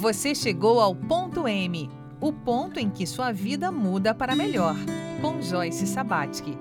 Você chegou ao ponto M, o ponto em que sua vida muda para melhor, com Joyce Sabatsky.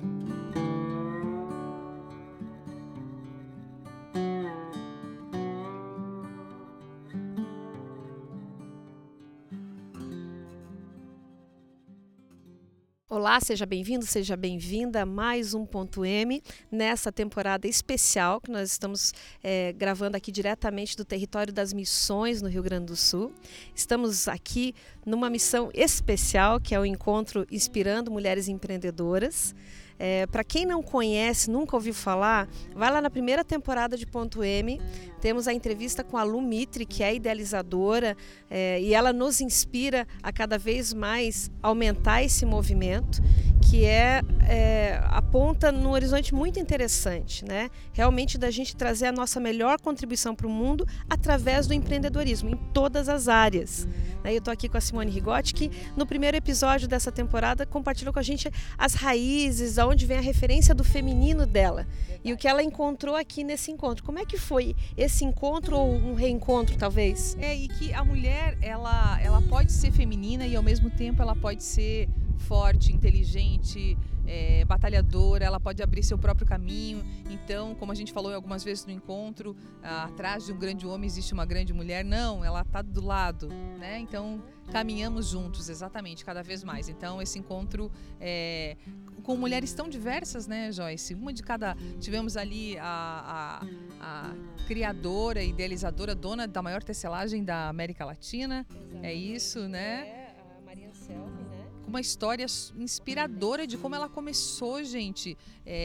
Olá, seja bem-vindo, seja bem-vinda a mais um Ponto M, nessa temporada especial que nós estamos gravando aqui diretamente do território das missões no Rio Grande do Sul. Estamos aqui numa missão especial, que é o encontro Inspirando Mulheres Empreendedoras. Para quem não conhece, nunca ouviu falar, vai lá na primeira temporada de Ponto M. Temos a entrevista com a Lu Mitri, que é a idealizadora, e ela nos inspira a cada vez mais aumentar esse movimento, que aponta num horizonte muito interessante, né? Realmente da gente trazer a nossa melhor contribuição para o mundo através do empreendedorismo, em todas as áreas. Eu estou aqui com a Simone Rigotti, que no primeiro episódio dessa temporada compartilhou com a gente as raízes, aonde vem a referência do feminino dela. E o que ela encontrou aqui nesse encontro. Como é que foi esse encontro ou um reencontro, talvez? E que a mulher, ela pode ser feminina e ao mesmo tempo ela pode ser forte, inteligente, batalhadora, ela pode abrir seu próprio caminho. Então, como a gente falou algumas vezes no encontro, atrás de um grande homem existe uma grande mulher. Não, ela está do lado, né? Então, caminhamos juntos, exatamente, cada vez mais. Então, esse encontro com mulheres tão diversas, né, Joyce? Uma de cada... Tivemos ali a criadora, idealizadora, dona da maior tecelagem da América Latina. Exatamente. É isso, né? A Maria Anselmi, né? Uma história inspiradora de como ela começou, gente,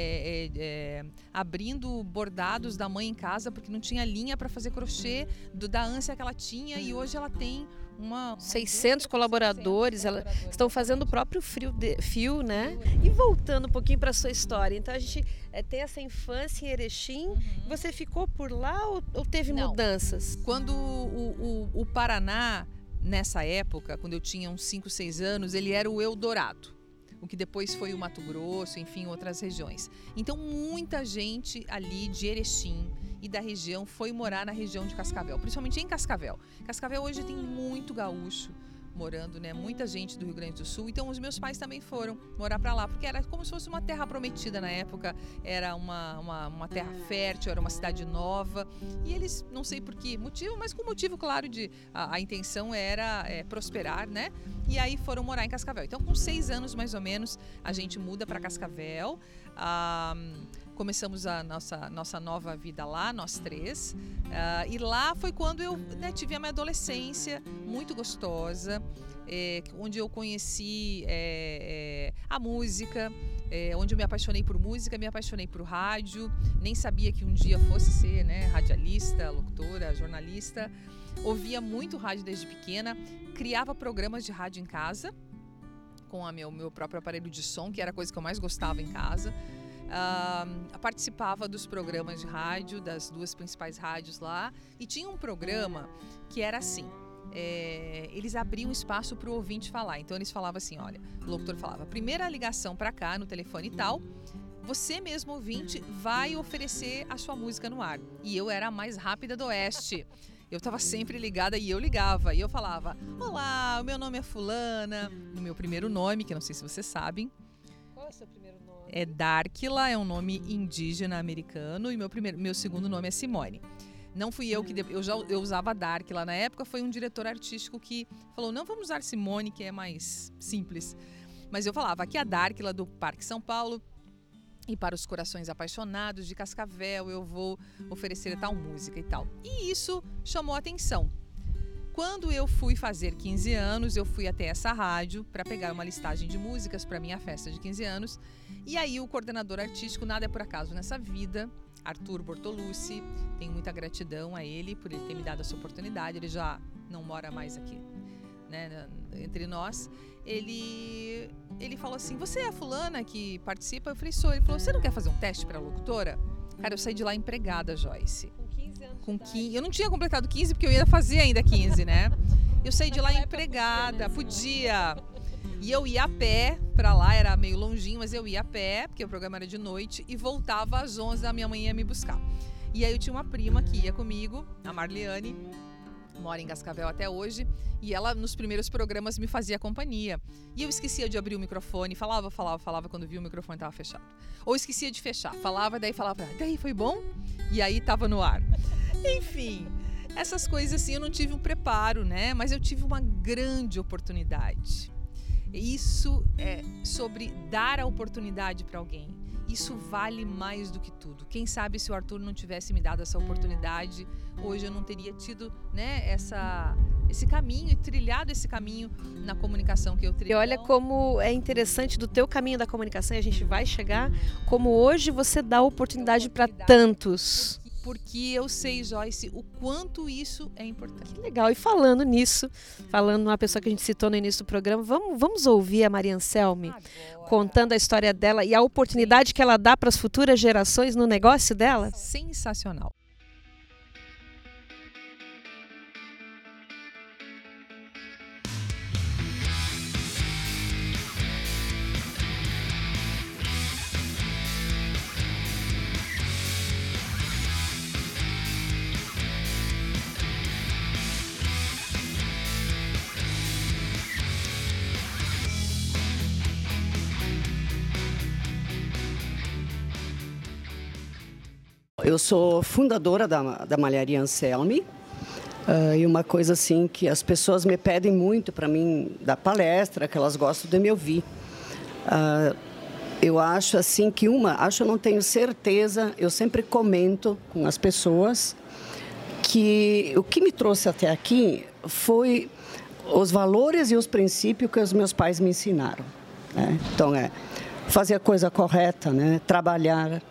abrindo bordados da mãe em casa, porque não tinha linha para fazer crochê, da ânsia que ela tinha, e hoje ela tem 600 colaboradores, estão fazendo o próprio fio, né? E voltando um pouquinho para a sua história, então a gente tem essa infância em Erechim. Você ficou por lá ou teve mudanças? Quando o Paraná, nessa época, quando eu tinha uns 5, 6 anos, ele era o Eldorado, o que depois foi o Mato Grosso, enfim, outras regiões. Então, muita gente ali de Erechim e da região foi morar na região de Cascavel, principalmente em Cascavel. Cascavel hoje tem muito gaúcho morando, né? Muita gente do Rio Grande do Sul. Então, os meus pais também foram morar para lá, porque era como se fosse uma terra prometida na época. Era uma terra fértil, era uma cidade nova. E eles, não sei por que motivo, mas com motivo, claro, a intenção era prosperar, né? E aí foram morar em Cascavel. Então, com 6 anos, mais ou menos, a gente muda para Cascavel. Começamos a nossa nova vida lá, nós 3. E lá foi quando eu tive a minha adolescência muito gostosa, onde eu conheci a música, onde eu me apaixonei por música, me apaixonei por rádio. Nem sabia que um dia fosse ser, né, radialista, locutora, jornalista. Ouvia muito rádio desde pequena, criava programas de rádio em casa, com o meu próprio aparelho de som, que era a coisa que eu mais gostava em casa. Participava dos programas de rádio, das 2 principais rádios lá, e tinha um programa que era assim, eles abriam espaço para o ouvinte falar. Então eles falavam assim, olha, o locutor falava, primeira ligação para cá no telefone e tal, você mesmo ouvinte vai oferecer a sua música no ar. E eu era a mais rápida do oeste. Eu estava sempre ligada e eu ligava. E eu falava, olá, o meu nome é fulana, no meu primeiro nome, que eu não sei se vocês sabem. Qual é o seu primeiro nome? É Dárquila, é um nome indígena americano, e meu segundo nome é Simone. Não fui eu que... Eu usava Dárquila na época, foi um diretor artístico que falou, não, vamos usar Simone, que é mais simples. Mas eu falava, aqui é a Dárquila do Parque São Paulo, e para os corações apaixonados de Cascavel eu vou oferecer tal música e tal. E isso chamou a atenção. Quando eu fui fazer 15 anos, eu fui até essa rádio para pegar uma listagem de músicas para minha festa de 15 anos. E aí o coordenador artístico, nada é por acaso nessa vida, Arthur Bortolucci, tenho muita gratidão a ele por ele ter me dado essa oportunidade. Ele já não mora mais aqui, né, entre nós. Ele falou assim, você é a fulana que participa? Eu falei, sou. Ele falou, você não quer fazer um teste para locutora? Cara, eu saí de lá empregada, Joyce. Com 15, eu não tinha completado 15 porque eu ia fazer ainda 15, né? Eu saí de lá empregada, podia. E eu ia a pé pra lá, era meio longinho, mas eu ia a pé, porque o programa era de noite, e voltava às 11, a minha mãe ia me buscar. E aí eu tinha uma prima que ia comigo, a Marliane, mora em Cascavel até hoje, e ela nos primeiros programas me fazia companhia. E eu esquecia de abrir o microfone, falava quando via o microfone estava fechado. Ou esquecia de fechar, daí falava, daí foi bom? E aí estava no ar. Enfim, essas coisas assim eu não tive um preparo, né? Mas eu tive uma grande oportunidade. Isso é sobre dar a oportunidade para alguém. Isso vale mais do que tudo. Quem sabe se o Arthur não tivesse me dado essa oportunidade, hoje eu não teria tido, né, esse caminho e trilhado esse caminho na comunicação que eu trilhei. E olha como é interessante do teu caminho da comunicação, e a gente vai chegar, como hoje você dá oportunidade para tantos. Porque eu sei, Joyce, o quanto isso é importante. Que legal. E falando nisso, falando numa pessoa que a gente citou no início do programa, vamos ouvir a Maria Anselmi contando a história dela e a oportunidade que ela dá para as futuras gerações no negócio dela? Sensacional. Eu sou fundadora da Malharia Anselmi, e uma coisa assim que as pessoas me pedem muito para mim dar palestra, que elas gostam de me ouvir. Eu acho assim que eu não tenho certeza, eu sempre comento com as pessoas que o que me trouxe até aqui foi os valores e os princípios que os meus pais me ensinaram, né? Então, fazer a coisa correta, né? Trabalhar,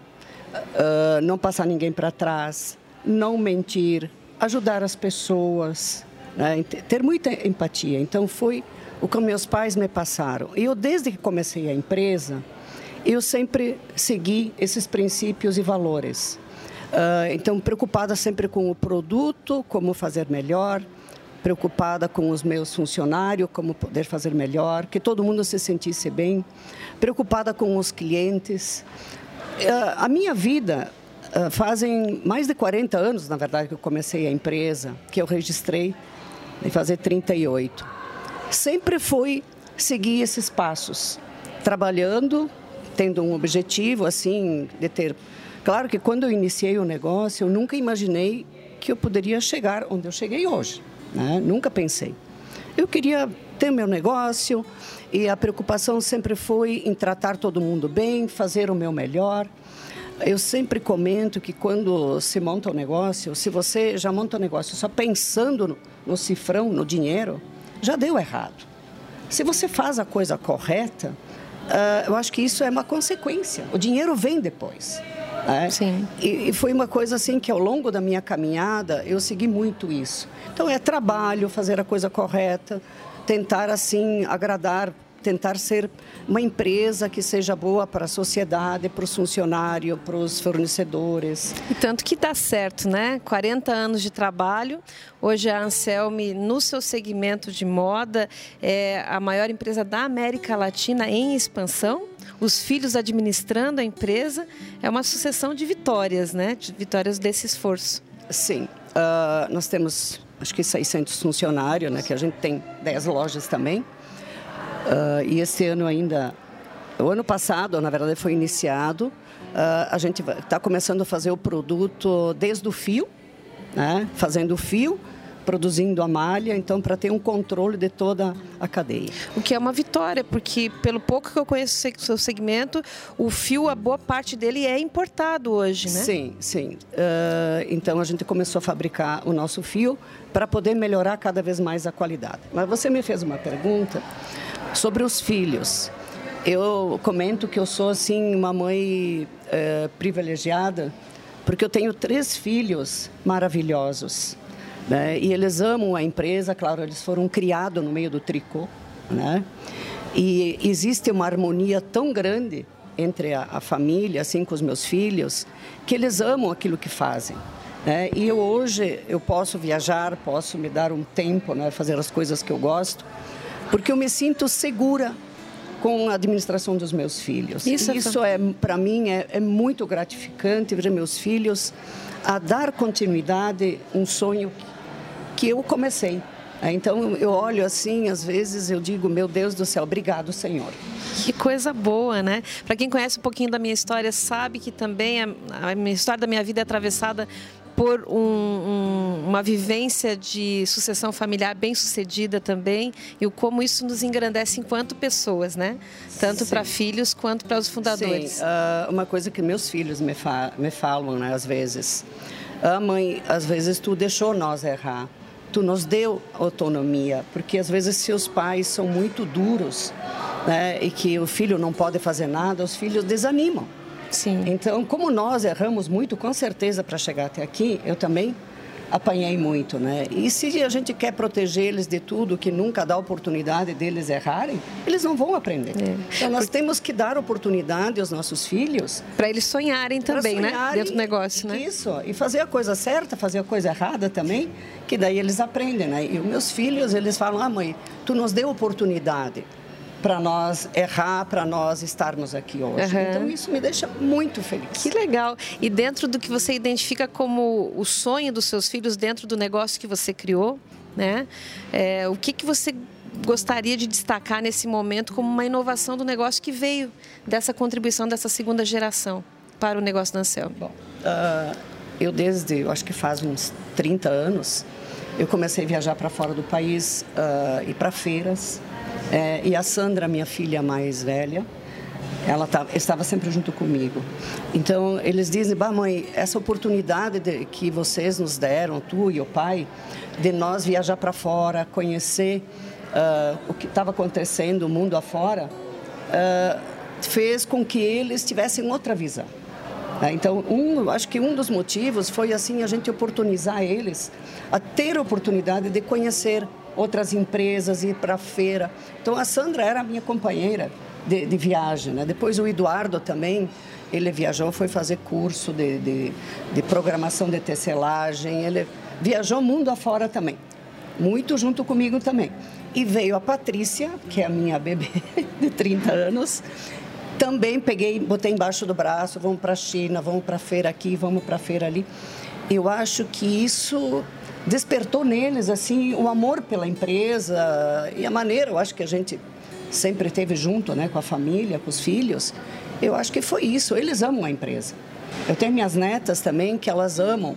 não passar ninguém para trás, não mentir, ajudar as pessoas, né? Ter muita empatia. Então, foi o que meus pais me passaram. E eu, desde que comecei a empresa, eu sempre segui esses princípios e valores. Então, preocupada sempre com o produto, como fazer melhor, preocupada com os meus funcionários, como poder fazer melhor, que todo mundo se sentisse bem, preocupada com os clientes. A minha vida, fazem mais de 40 anos, na verdade, que eu comecei a empresa, que eu registrei, de fazer 38. Sempre foi seguir esses passos, trabalhando, tendo um objetivo, assim, de ter... Claro que quando eu iniciei o negócio, eu nunca imaginei que eu poderia chegar onde eu cheguei hoje, né? Nunca pensei. Eu queria ter meu negócio e a preocupação sempre foi em tratar todo mundo bem, fazer o meu melhor. Eu sempre comento que quando se monta um negócio, se você já monta um negócio só pensando no cifrão, no dinheiro, já deu errado. Se você faz a coisa correta, eu acho que isso é uma consequência. O dinheiro vem depois. Sim. E foi uma coisa assim que ao longo da minha caminhada eu segui muito isso. Então é trabalho, fazer a coisa correta, tentar assim agradar, tentar ser uma empresa que seja boa para a sociedade, para os funcionários, para os fornecedores. E tanto que dá certo, né? 40 anos de trabalho. Hoje a Anselmi, no seu segmento de moda, é a maior empresa da América Latina em expansão. Os filhos administrando a empresa, é uma sucessão de vitórias, né? De vitórias desse esforço. Sim, nós temos, acho que 600 funcionários, né? Que a gente tem 10 lojas também. E esse ano ainda, o ano passado, na verdade, foi iniciado. A gente está começando a fazer o produto desde o fio, né? Fazendo o fio, produzindo a malha, então, para ter um controle de toda a cadeia. O que é uma vitória, porque pelo pouco que eu conheço o seu segmento, o fio, a boa parte dele é importado hoje, né? Sim, sim. Então, a gente começou a fabricar o nosso fio para poder melhorar cada vez mais a qualidade. Mas você me fez uma pergunta sobre os filhos. Eu comento que eu sou, assim, uma mãe privilegiada, porque eu tenho 3 filhos maravilhosos, né? E eles amam a empresa, claro, eles foram criados no meio do tricô, né? E existe uma harmonia tão grande entre a família, assim, com os meus filhos, que eles amam aquilo que fazem, né? E hoje eu posso viajar, posso me dar um tempo, né, fazer as coisas que eu gosto, porque eu me sinto segura com a administração dos meus filhos. Isso para mim, é muito gratificante ver meus filhos a dar continuidade a um sonho que eu comecei. Então, eu olho assim, às vezes eu digo, meu Deus do céu, obrigado, Senhor. Que coisa boa, né? Para quem conhece um pouquinho da minha história, sabe que também a minha história da minha vida é atravessada por uma vivência de sucessão familiar bem sucedida também, e como isso nos engrandece enquanto pessoas, né? Tanto para filhos quanto para os fundadores. Sim, uma coisa que meus filhos me falam, né, às vezes, mãe, às vezes tu deixou nós errar, tu nos deu autonomia, porque às vezes se os pais são muito duros, né, e que o filho não pode fazer nada, os filhos desanimam. Sim. Então, como nós erramos muito, com certeza, para chegar até aqui, eu também apanhei muito, né? E se a gente quer proteger eles de tudo, que nunca dá oportunidade deles errarem, eles não vão aprender. Então, nós temos que dar oportunidade aos nossos filhos. Para eles sonharem também, né? Dentro do negócio, né? Isso, e fazer a coisa certa, fazer a coisa errada também, que daí eles aprendem, né? E os meus filhos, eles falam, mãe, tu nos deu oportunidade para nós errar, para nós estarmos aqui hoje. Então, isso me deixa muito feliz. Que legal. E dentro do que você identifica como o sonho dos seus filhos, dentro do negócio que você criou, né? O que você gostaria de destacar nesse momento como uma inovação do negócio que veio dessa contribuição dessa segunda geração para o negócio da Anselmo? Bom, eu acho que faz uns 30 anos, eu comecei a viajar para fora do país, ir para feiras. E a Sandra, minha filha mais velha, ela estava sempre junto comigo. Então, eles dizem, mãe, essa oportunidade que vocês nos deram, tu e o pai, de nós viajar para fora, conhecer o que estava acontecendo, o mundo afora, fez com que eles tivessem outra visão. Então, acho que um dos motivos foi assim, a gente oportunizar eles a ter a oportunidade de conhecer outras empresas, ir para a feira. Então, a Sandra era a minha companheira de viagem, né? Depois, o Eduardo também, ele viajou, foi fazer curso de programação de tecelagem. Ele viajou mundo afora também, muito junto comigo também. E veio a Patrícia, que é a minha bebê de 30 anos. Também botei embaixo do braço, vamos para a China, vamos para a feira aqui, vamos para a feira ali. Eu acho que isso despertou neles assim o amor pela empresa e a maneira, eu acho que a gente sempre teve junto, né, com a família, com os filhos. Eu acho que foi isso, eles amam a empresa. Eu tenho minhas netas também que elas amam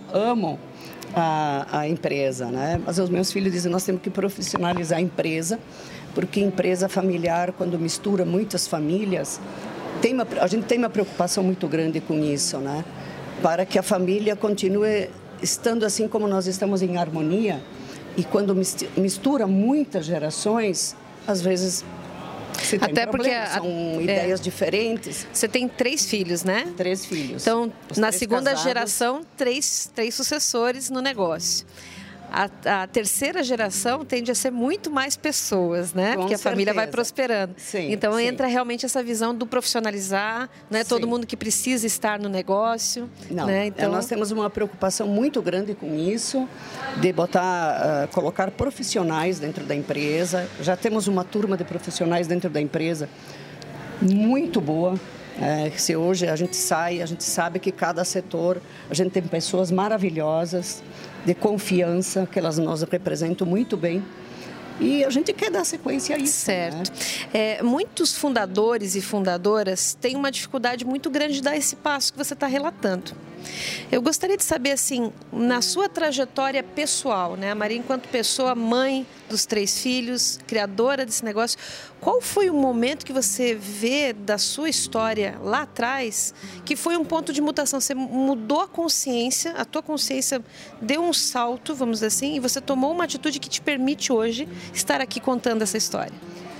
a empresa, né? Mas os meus filhos dizem, nós temos que profissionalizar a empresa, porque empresa familiar, quando mistura muitas famílias, a gente tem uma preocupação muito grande com isso, né? Para que a família continue estando assim como nós estamos em harmonia. E quando mistura muitas gerações, às vezes se tem até problema, porque são ideias diferentes. Você tem 3 filhos, né? 3 filhos. Então, na segunda casados. geração, 3 sucessores no negócio. A terceira geração tende a ser muito mais pessoas, né? Porque a família vai prosperando. Sim, então, sim. entra realmente essa visão do profissionalizar, né? Todo mundo que precisa estar no negócio. Não, né? Então, nós temos uma preocupação muito grande com isso, de colocar profissionais dentro da empresa. Já temos uma turma de profissionais dentro da empresa muito boa. Se hoje a gente sabe que cada setor, a gente tem pessoas maravilhosas, de confiança, que elas nos representam muito bem. E a gente quer dar sequência a isso. Certo. Né? Muitos fundadores e fundadoras têm uma dificuldade muito grande de dar esse passo que você está relatando. Eu gostaria de saber, assim, na sua trajetória pessoal, né? A Maria, enquanto pessoa, mãe dos 3 filhos, criadora desse negócio, qual foi o momento que você vê da sua história lá atrás que foi um ponto de mutação? Você mudou a consciência, a tua consciência deu um salto, vamos dizer assim, e você tomou uma atitude que te permite hoje estar aqui contando essa história.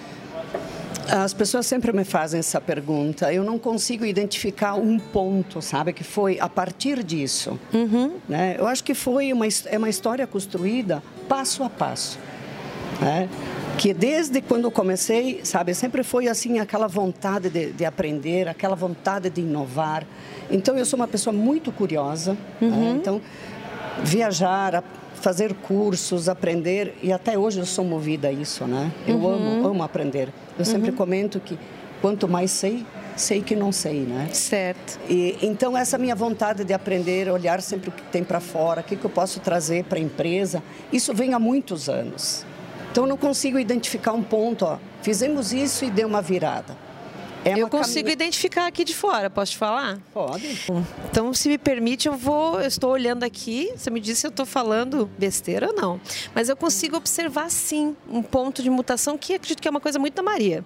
As pessoas sempre me fazem essa pergunta. Eu não consigo identificar um ponto, sabe? Que foi a partir disso. Né? Eu acho que foi uma história construída passo a passo. Né? Que desde quando eu comecei, sabe? Sempre foi assim, aquela vontade de aprender, aquela vontade de inovar. Então, eu sou uma pessoa muito curiosa. Né? Então, viajar, fazer cursos, aprender, e até hoje eu sou movida a isso, né? Eu amo aprender. Eu sempre comento que quanto mais sei, sei que não sei, né? Certo. E então essa minha vontade de aprender, olhar sempre o que tem para fora, o que eu posso trazer para a empresa, isso vem há muitos anos. Então eu não consigo identificar um ponto, fizemos isso e deu uma virada. Eu consigo identificar aqui de fora, posso te falar? Pode. Então, se me permite, eu estou olhando aqui, você me disse se eu estou falando besteira ou não. Mas eu consigo observar, sim, um ponto de mutação que acredito que é uma coisa muito da Maria.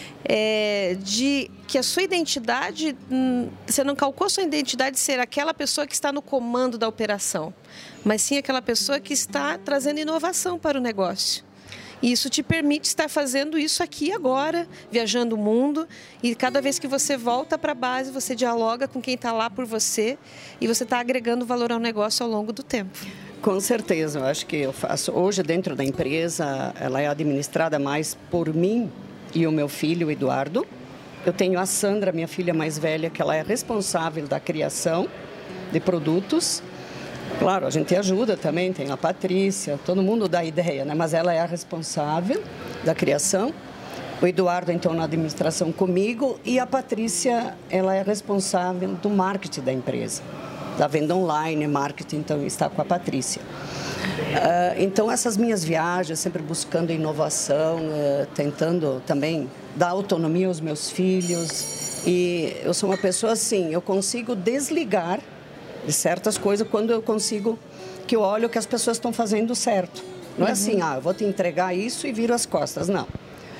De que a sua identidade, você não calcou a sua identidade ser aquela pessoa que está no comando da operação, mas sim aquela pessoa que está trazendo inovação para o negócio. E isso te permite estar fazendo isso aqui agora, viajando o mundo. E cada vez que você volta para a base, você dialoga com quem está lá por você e você está agregando valor ao negócio ao longo do tempo. Com certeza, eu acho que eu faço. Hoje, dentro da empresa, ela é administrada mais por mim e o meu filho, o Eduardo. Eu tenho a Sandra, minha filha mais velha, que ela é responsável da criação de produtos. Claro, a gente ajuda também, tem a Patrícia, todo mundo dá ideia, né? Mas ela é a responsável da criação. O Eduardo, então, na administração comigo, e a Patrícia, ela é responsável do marketing da empresa, da venda online, marketing, então está com a Patrícia. Então, essas minhas viagens, sempre buscando inovação, tentando também dar autonomia aos meus filhos. E eu sou uma pessoa assim, eu consigo desligar de certas coisas quando eu consigo, que eu olho que as pessoas estão fazendo certo. Não é assim, eu vou te entregar isso e viro as costas. Não.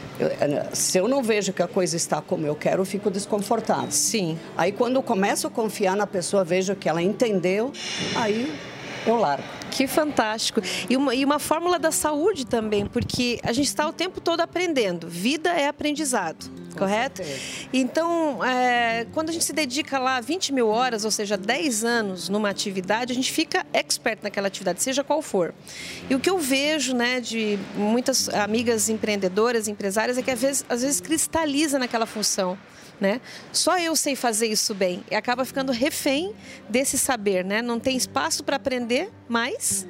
Se eu não vejo que a coisa está como eu quero, eu fico desconfortável. Sim. Aí quando eu começo a confiar na pessoa, vejo que ela entendeu, aí eu largo. Que fantástico. E uma fórmula da saúde também, porque a gente está o tempo todo aprendendo. Vida é aprendizado. Correto? Então, quando a gente se dedica lá 20 mil horas, ou seja, 10 anos numa atividade, a gente fica expert naquela atividade, seja qual for. E o que eu vejo, né, de muitas amigas empreendedoras, empresárias, é que às vezes cristaliza naquela função. Né? Só eu sei fazer isso bem e acaba ficando refém desse saber, né? Não tem espaço para aprender mais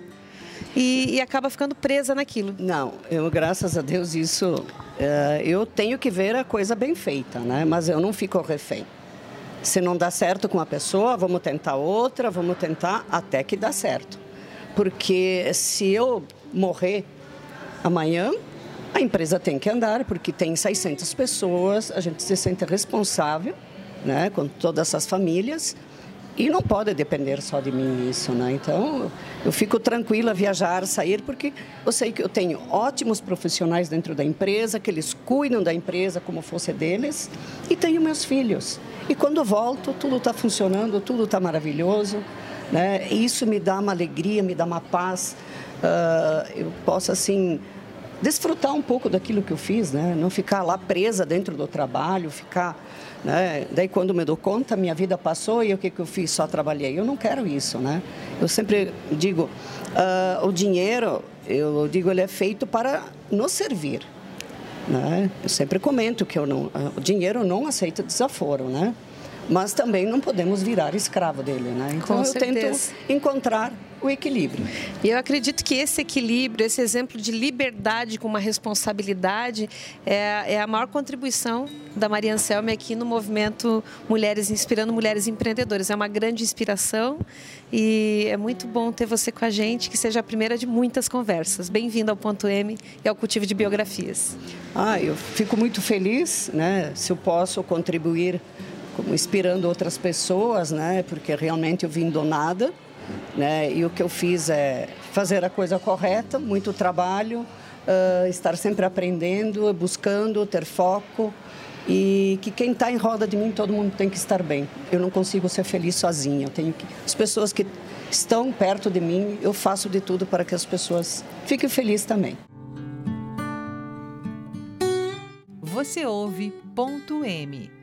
e acaba ficando presa naquilo. Não, graças a Deus isso eu tenho que ver a coisa bem feita, né? Mas eu não fico refém. Se não dá certo com uma pessoa, vamos tentar outra, vamos tentar até que dá certo, porque se eu morrer amanhã, a empresa tem que andar, porque tem 600 pessoas, a gente se sente responsável, né, com todas essas famílias, e não pode depender só de mim isso, né? Então, eu fico tranquila viajar, sair, porque eu sei que eu tenho ótimos profissionais dentro da empresa, que eles cuidam da empresa como fosse deles, e tenho meus filhos. E quando eu volto, tudo está funcionando, tudo está maravilhoso, né? E isso me dá uma alegria, me dá uma paz. Eu posso, assim, desfrutar um pouco daquilo que eu fiz, né? Não ficar lá presa dentro do trabalho, né? Daí quando me dou conta, minha vida passou e o que eu fiz? Só trabalhei. Eu não quero isso, né? Eu sempre digo, o dinheiro, eu digo, ele é feito para nos servir, né? Eu sempre comento que o dinheiro não aceita desaforo, né? Mas também não podemos virar escravo dele, né? Então eu tento encontrar o equilíbrio. E eu acredito que esse equilíbrio, esse exemplo de liberdade com uma responsabilidade é a maior contribuição da Maria Anselmi aqui no movimento Mulheres Inspirando Mulheres Empreendedoras. É uma grande inspiração e é muito bom ter você com a gente, que seja a primeira de muitas conversas. Bem-vinda ao Ponto M e ao Cultivo de Biografias. Eu fico muito feliz, né, se eu posso contribuir como inspirando outras pessoas, né, porque realmente eu vim do nada. Né? E o que eu fiz é fazer a coisa correta, muito trabalho, estar sempre aprendendo, buscando, ter foco, e que quem está em roda de mim, todo mundo tem que estar bem. Eu não consigo ser feliz sozinha. As pessoas que estão perto de mim, eu faço de tudo para que as pessoas fiquem felizes também. Você ouve Ponto M.